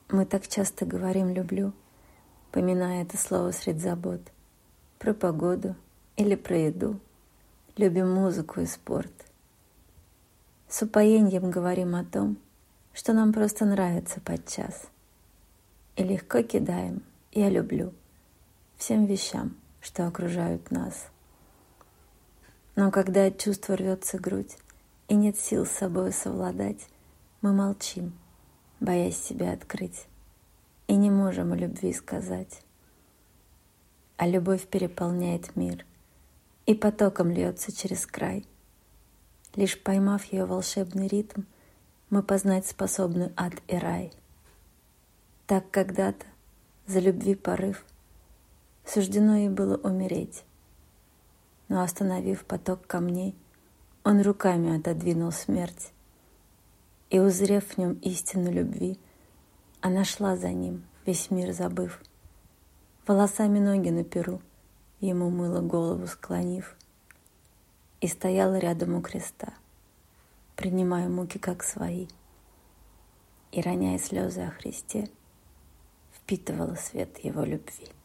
Мы так часто говорим «люблю», поминая это слово средь забот, про погоду или про еду, любим музыку и спорт. С упоением говорим о том, что нам просто нравится подчас, и легко кидаем «я люблю» всем вещам, что окружают нас. Но когда от чувства рвется грудь и нет сил с собой совладать, мы молчим, боясь себя открыть, и не можем о любви сказать. А любовь переполняет мир и потоком льется через край. Лишь поймав ее волшебный ритм, мы познать способны ад и рай. Так когда-то, за любви порыв, суждено ей было умереть, но, остановив поток камней, он руками отодвинул смерть. И, узрев в нем истину любви, она шла за ним, весь мир забыв. Волосами ноги на перу ему мыла голову, склонив, и стояла рядом у креста, принимая муки как свои, и, роняя слезы о Христе, впитывала свет его любви.